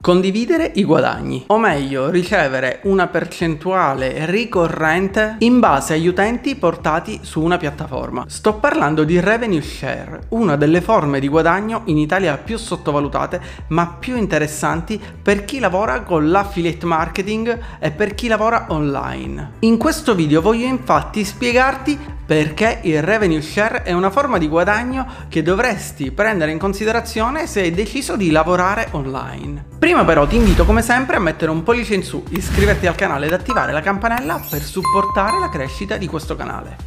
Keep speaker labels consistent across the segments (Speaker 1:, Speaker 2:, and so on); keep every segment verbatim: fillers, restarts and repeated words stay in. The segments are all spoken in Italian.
Speaker 1: Condividere i guadagni, o meglio ricevere una percentuale ricorrente in base agli utenti portati su una piattaforma. Sto parlando di revenue share, una delle forme di guadagno in Italia più sottovalutate ma più interessanti per chi lavora con l'affiliate marketing e per chi lavora online. In questo video voglio infatti spiegarti perché il revenue share è una forma di guadagno che dovresti prendere in considerazione se hai deciso di lavorare online. Prima però ti invito come sempre a mettere un pollice in su, iscriverti al canale ed attivare la campanella per supportare la crescita di questo canale.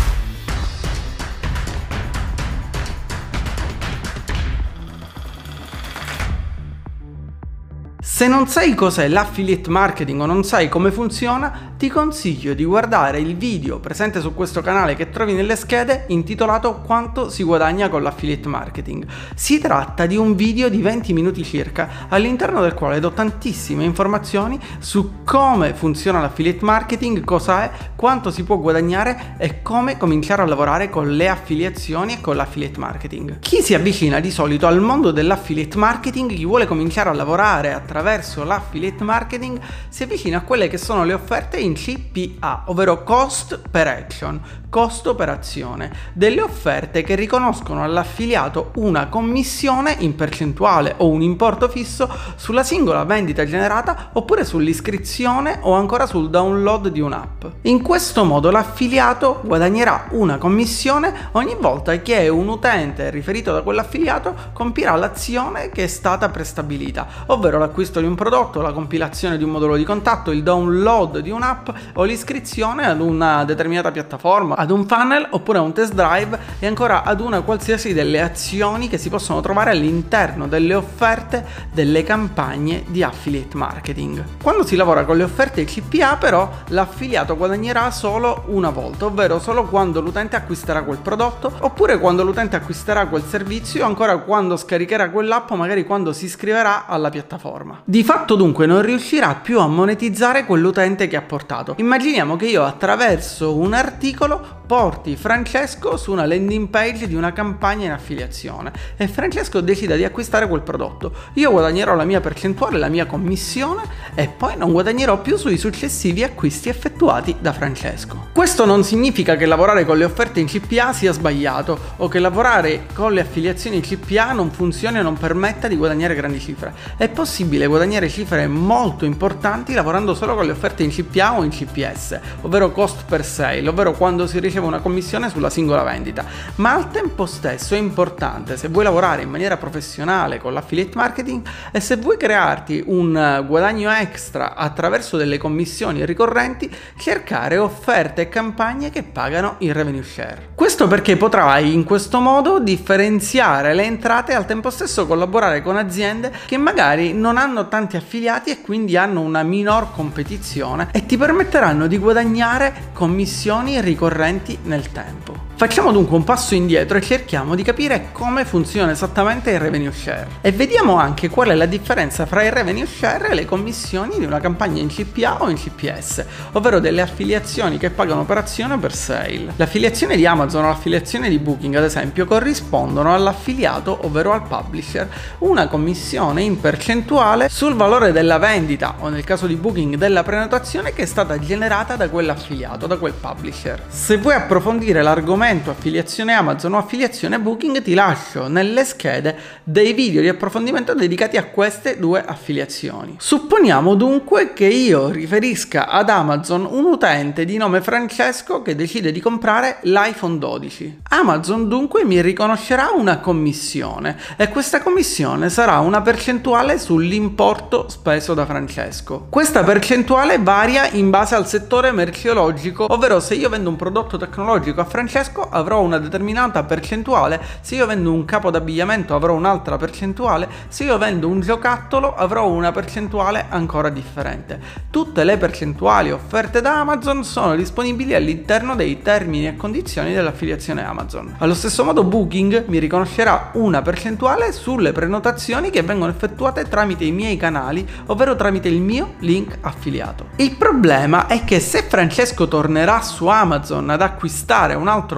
Speaker 1: Se non sai cos'è l'affiliate marketing o non sai come funziona, ti consiglio di guardare il video presente su questo canale che trovi nelle schede intitolato Quanto si guadagna con l'affiliate marketing. Si tratta di un video di venti minuti circa, all'interno del quale do tantissime informazioni su come funziona l'affiliate marketing, cosa è, quanto si può guadagnare e come cominciare a lavorare con le affiliazioni e con l'affiliate marketing. Chi si avvicina di solito al mondo dell'affiliate marketing, chi vuole cominciare a lavorare attraverso l'affiliate marketing, si avvicina a quelle che sono le offerte in C P A, ovvero cost per action, costo per azione, delle offerte che riconoscono all'affiliato una commissione in percentuale o un importo fisso sulla singola vendita generata oppure sull'iscrizione o ancora sul download di un'app. In questo modo l'affiliato guadagnerà una commissione ogni volta che un utente riferito da quell'affiliato compirà l'azione che è stata prestabilita, ovvero l'acquisto di un prodotto, la compilazione di un modulo di contatto, il download di un'app o l'iscrizione ad una determinata piattaforma, ad un funnel oppure a un test drive e ancora ad una qualsiasi delle azioni che si possono trovare all'interno delle offerte delle campagne di affiliate marketing. Quando si lavora con le offerte C P A però l'affiliato guadagnerà solo una volta, ovvero solo quando l'utente acquisterà quel prodotto oppure quando l'utente acquisterà quel servizio o ancora quando scaricherà quell'app o magari quando si iscriverà alla piattaforma. Di fatto dunque non riuscirà più a monetizzare quell'utente che ha portato. Immaginiamo che io attraverso un articolo porti Francesco su una landing page di una campagna in affiliazione e Francesco decida di acquistare quel prodotto. Io guadagnerò la mia percentuale, la mia commissione e poi non guadagnerò più sui successivi acquisti effettuati da Francesco. Questo non significa che lavorare con le offerte in C P A sia sbagliato o che lavorare con le affiliazioni in C P A non funzioni o non permetta di guadagnare grandi cifre. È possibile guadagnare cifre molto importanti lavorando solo con le offerte in C P A o in C P S, ovvero cost per sale, ovvero quando si riceve una commissione sulla singola vendita, ma al tempo stesso è importante, se vuoi lavorare in maniera professionale con l'affiliate marketing e se vuoi crearti un guadagno extra attraverso delle commissioni ricorrenti, cercare offerte e campagne che pagano il revenue share. Questo perché potrai in questo modo differenziare le entrate e al tempo stesso collaborare con aziende che magari non hanno tanti affiliati e quindi hanno una minor competizione e ti permetteranno di guadagnare commissioni ricorrenti nel tempo. Facciamo dunque un passo indietro e cerchiamo di capire come funziona esattamente il revenue share e vediamo anche qual è la differenza fra il revenue share e le commissioni di una campagna in C P A o in C P S, ovvero delle affiliazioni che pagano per azione o per sale. L'affiliazione di Amazon o l'affiliazione di Booking ad esempio corrispondono all'affiliato, ovvero al publisher, una commissione in percentuale sul valore della vendita o nel caso di Booking della prenotazione che è stata generata da quell'affiliato, da quel publisher. Se vuoi approfondire l'argomento affiliazione Amazon o affiliazione Booking ti lascio nelle schede dei video di approfondimento dedicati a queste due affiliazioni. Supponiamo dunque che io riferisca ad Amazon un utente di nome Francesco che decide di comprare l'iPhone dodici. Amazon dunque mi riconoscerà una commissione e questa commissione sarà una percentuale sull'importo speso da Francesco. Questa percentuale varia in base al settore merceologico, ovvero se io vendo un prodotto tecnologico a Francesco avrò una determinata percentuale, se io vendo un capo d'abbigliamento avrò un'altra percentuale, se io vendo un giocattolo avrò una percentuale ancora differente. Tutte le percentuali offerte da Amazon sono disponibili all'interno dei termini e condizioni dell'affiliazione Amazon. Allo stesso modo Booking mi riconoscerà una percentuale sulle prenotazioni che vengono effettuate tramite i miei canali, ovvero tramite il mio link affiliato. Il problema è che se Francesco tornerà su Amazon ad acquistare un altro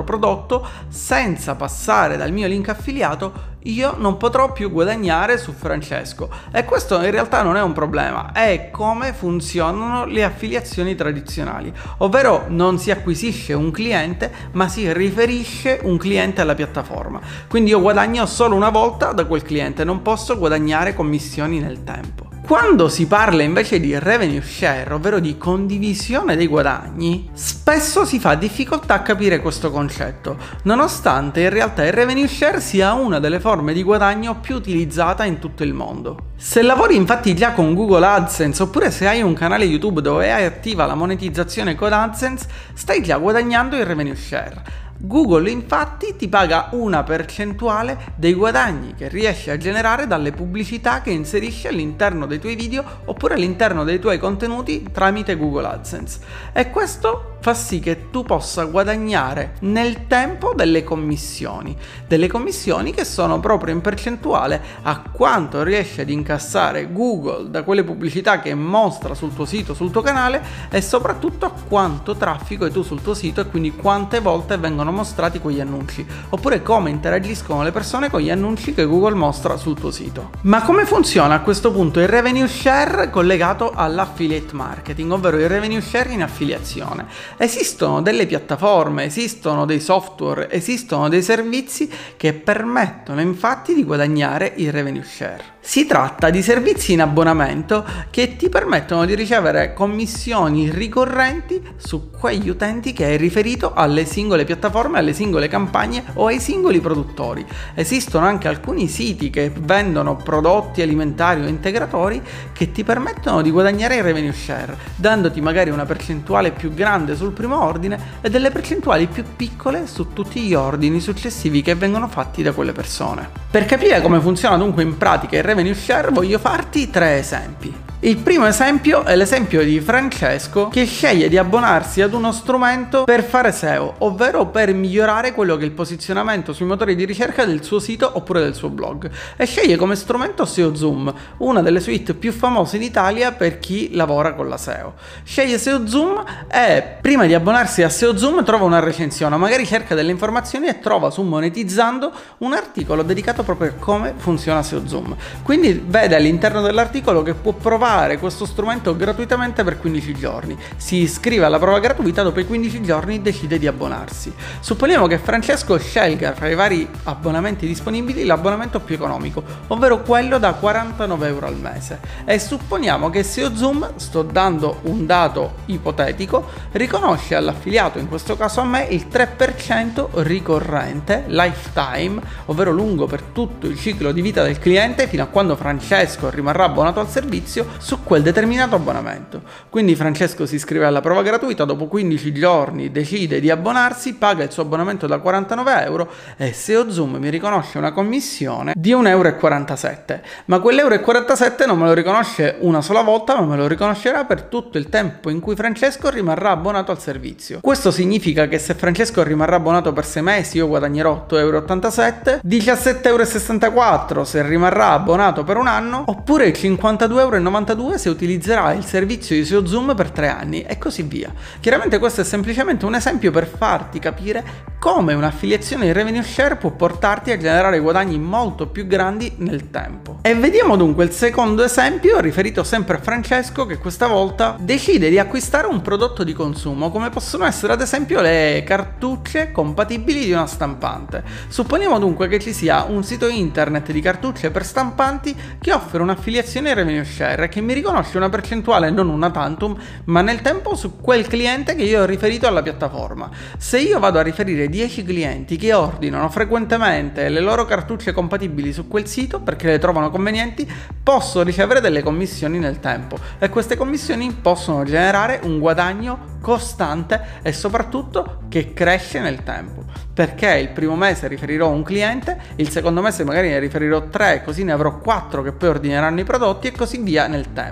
Speaker 1: prodotto senza passare dal mio link affiliato, io non potrò più guadagnare su Francesco. E questo in realtà non è un problema, è come funzionano le affiliazioni tradizionali, ovvero non si acquisisce un cliente ma si riferisce un cliente alla piattaforma. Quindi io guadagno solo una volta da quel cliente, non posso guadagnare commissioni nel tempo. Quando si parla invece di revenue share, ovvero di condivisione dei guadagni, spesso si fa difficoltà a capire questo concetto, nonostante in realtà il revenue share sia una delle forme di guadagno più utilizzata in tutto il mondo. Se lavori infatti già con Google AdSense, oppure se hai un canale YouTube dove hai attiva la monetizzazione con AdSense, stai già guadagnando il revenue share. Google infatti ti paga una percentuale dei guadagni che riesci a generare dalle pubblicità che inserisci all'interno dei tuoi video oppure all'interno dei tuoi contenuti tramite Google AdSense. E questo fa sì che tu possa guadagnare nel tempo delle commissioni, delle commissioni che sono proprio in percentuale a quanto riesci ad incassare Google da quelle pubblicità che mostra sul tuo sito, sul tuo canale, e soprattutto a quanto traffico hai tu sul tuo sito e quindi quante volte vengono mostrati quegli annunci, oppure come interagiscono le persone con gli annunci che Google mostra sul tuo sito. Ma come funziona a questo punto il revenue share collegato all'affiliate marketing, ovvero il revenue share in affiliazione? Esistono delle piattaforme, esistono dei software, esistono dei servizi che permettono infatti di guadagnare il revenue share. Si tratta di servizi in abbonamento che ti permettono di ricevere commissioni ricorrenti su quegli utenti che hai riferito alle singole piattaforme, alle singole campagne o ai singoli produttori. Esistono anche alcuni siti che vendono prodotti alimentari o integratori che ti permettono di guadagnare il revenue share, dandoti magari una percentuale più grande sul primo ordine e delle percentuali più piccole su tutti gli ordini successivi che vengono fatti da quelle persone. Per capire come funziona dunque in pratica il revenue share voglio farti tre esempi. Il primo esempio è l'esempio di Francesco che sceglie di abbonarsi ad uno strumento per fare S E O, ovvero per migliorare quello che è il posizionamento sui motori di ricerca del suo sito oppure del suo blog, e sceglie come strumento SEOzoom, una delle suite più famose in Italia per chi lavora con la S E O. Sceglie SEOzoom e prima di abbonarsi a SEOzoom trova una recensione, magari cerca delle informazioni e trova su Monetizzando un articolo dedicato proprio a come funziona SEOzoom. Quindi vede all'interno dell'articolo che può provare questo strumento gratuitamente per quindici giorni, si iscrive alla prova gratuita, dopo i quindici giorni decide di abbonarsi. Supponiamo che Francesco scelga fra i vari abbonamenti disponibili l'abbonamento più economico, ovvero quello da quarantanove euro al mese, e supponiamo che SEOzoom, sto dando un dato ipotetico, riconosce all'affiliato, in questo caso a me, il tre per cento ricorrente, lifetime, ovvero lungo per tutto il ciclo di vita del cliente fino a quando Francesco rimarrà abbonato al servizio su quel determinato abbonamento. Quindi Francesco si iscrive alla prova gratuita, dopo quindici giorni decide di abbonarsi, paga il suo abbonamento da quarantanove euro e SEOzoom mi riconosce una commissione di un euro e quarantasette. Ma quell'euro e quarantasette non me lo riconosce una sola volta, ma me lo riconoscerà per tutto il tempo in cui Francesco rimarrà abbonato al servizio. Questo significa che se Francesco rimarrà abbonato per sei mesi io guadagnerò otto euro e ottantasette, diciassette euro e sessantaquattro se rimarrà abbonato per un anno, oppure cinquantadue euro e novantadue se utilizzerà il servizio di SEOzoom per tre anni, e così via. Chiaramente questo è semplicemente un esempio per farti capire come un'affiliazione in revenue share può portarti a generare guadagni molto più grandi nel tempo. E vediamo dunque il secondo esempio, riferito sempre a Francesco, che questa volta decide di acquistare un prodotto di consumo, come possono essere ad esempio le cartucce compatibili di una stampante. Supponiamo dunque che ci sia un sito internet di cartucce per stampanti che offre un'affiliazione in revenue share che mi riconosce una percentuale, non una tantum, ma nel tempo su quel cliente che io ho riferito alla piattaforma. Se io vado a riferire dieci clienti che ordinano frequentemente le loro cartucce compatibili su quel sito perché le trovano convenienti, posso ricevere delle commissioni nel tempo, e queste commissioni possono generare un guadagno costante e soprattutto che cresce nel tempo, perché il primo mese riferirò un cliente, il secondo mese magari ne riferirò tre, così ne avrò quattro che poi ordineranno i prodotti e così via nel tempo.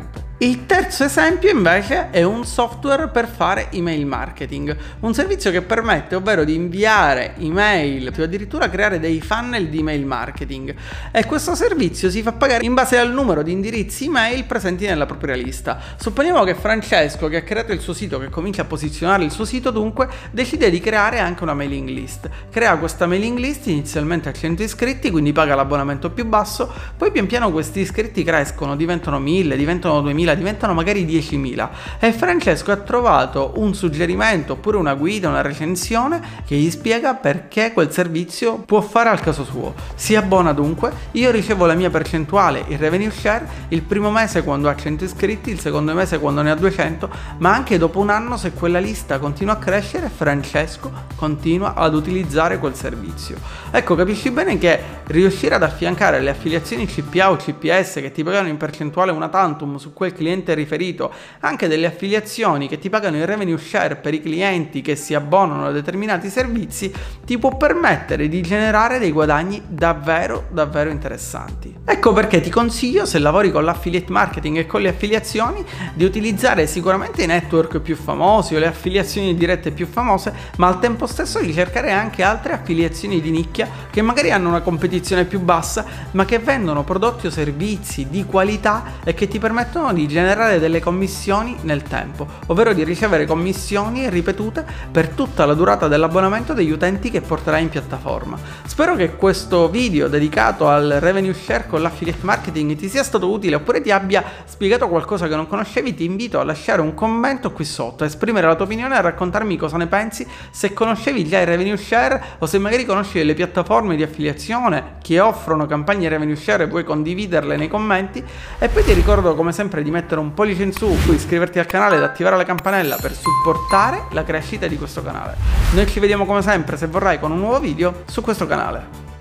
Speaker 1: Il terzo esempio invece è un software per fare email marketing, un servizio che permette ovvero di inviare email o addirittura creare dei funnel di email marketing, e questo servizio si fa pagare in base al numero di indirizzi email presenti nella propria lista. Supponiamo che Francesco, che ha creato il suo sito, che comincia a posizionare il suo sito, dunque decide di creare anche una mailing list. Crea questa mailing list inizialmente a cento iscritti, quindi paga l'abbonamento più basso, poi pian piano questi iscritti crescono, diventano mille, diventano duemila, diventano magari diecimila, e Francesco ha trovato un suggerimento oppure una guida, una recensione che gli spiega perché quel servizio può fare al caso suo. Si abbona dunque, io ricevo la mia percentuale, il revenue share, il primo mese quando ha cento iscritti, il secondo mese quando ne ha duecento, ma anche dopo un anno se quella lista continua a crescere, Francesco continua ad utilizzare quel servizio. Ecco, capisci bene che riuscire ad affiancare le affiliazioni C P A o C P S che ti pagano in percentuale una tantum su quel cliente riferito, anche delle affiliazioni che ti pagano il revenue share per i clienti che si abbonano a determinati servizi, ti può permettere di generare dei guadagni davvero davvero interessanti. Ecco perché ti consiglio, se lavori con l'affiliate marketing e con le affiliazioni, di utilizzare sicuramente i network più famosi o le affiliazioni dirette più famose, ma al tempo stesso di cercare anche altre affiliazioni di nicchia che magari hanno una competizione più bassa, ma che vendono prodotti o servizi di qualità e che ti permettono di generare delle commissioni nel tempo, ovvero di ricevere commissioni ripetute per tutta la durata dell'abbonamento degli utenti che porterai in piattaforma. Spero che questo video dedicato al revenue share con l'affiliate marketing ti sia stato utile, oppure ti abbia spiegato qualcosa che non conoscevi. Ti invito a lasciare un commento qui sotto, a esprimere la tua opinione e a raccontarmi cosa ne pensi, se conoscevi già il revenue share o se magari conosci delle piattaforme di affiliazione che offrono campagne revenue share e vuoi condividerle nei commenti. E poi ti ricordo come sempre di mettere un pollice in su, poi iscriverti al canale ed attivare la campanella per supportare la crescita di questo canale. Noi ci vediamo come sempre, se vorrai, con un nuovo video su questo canale.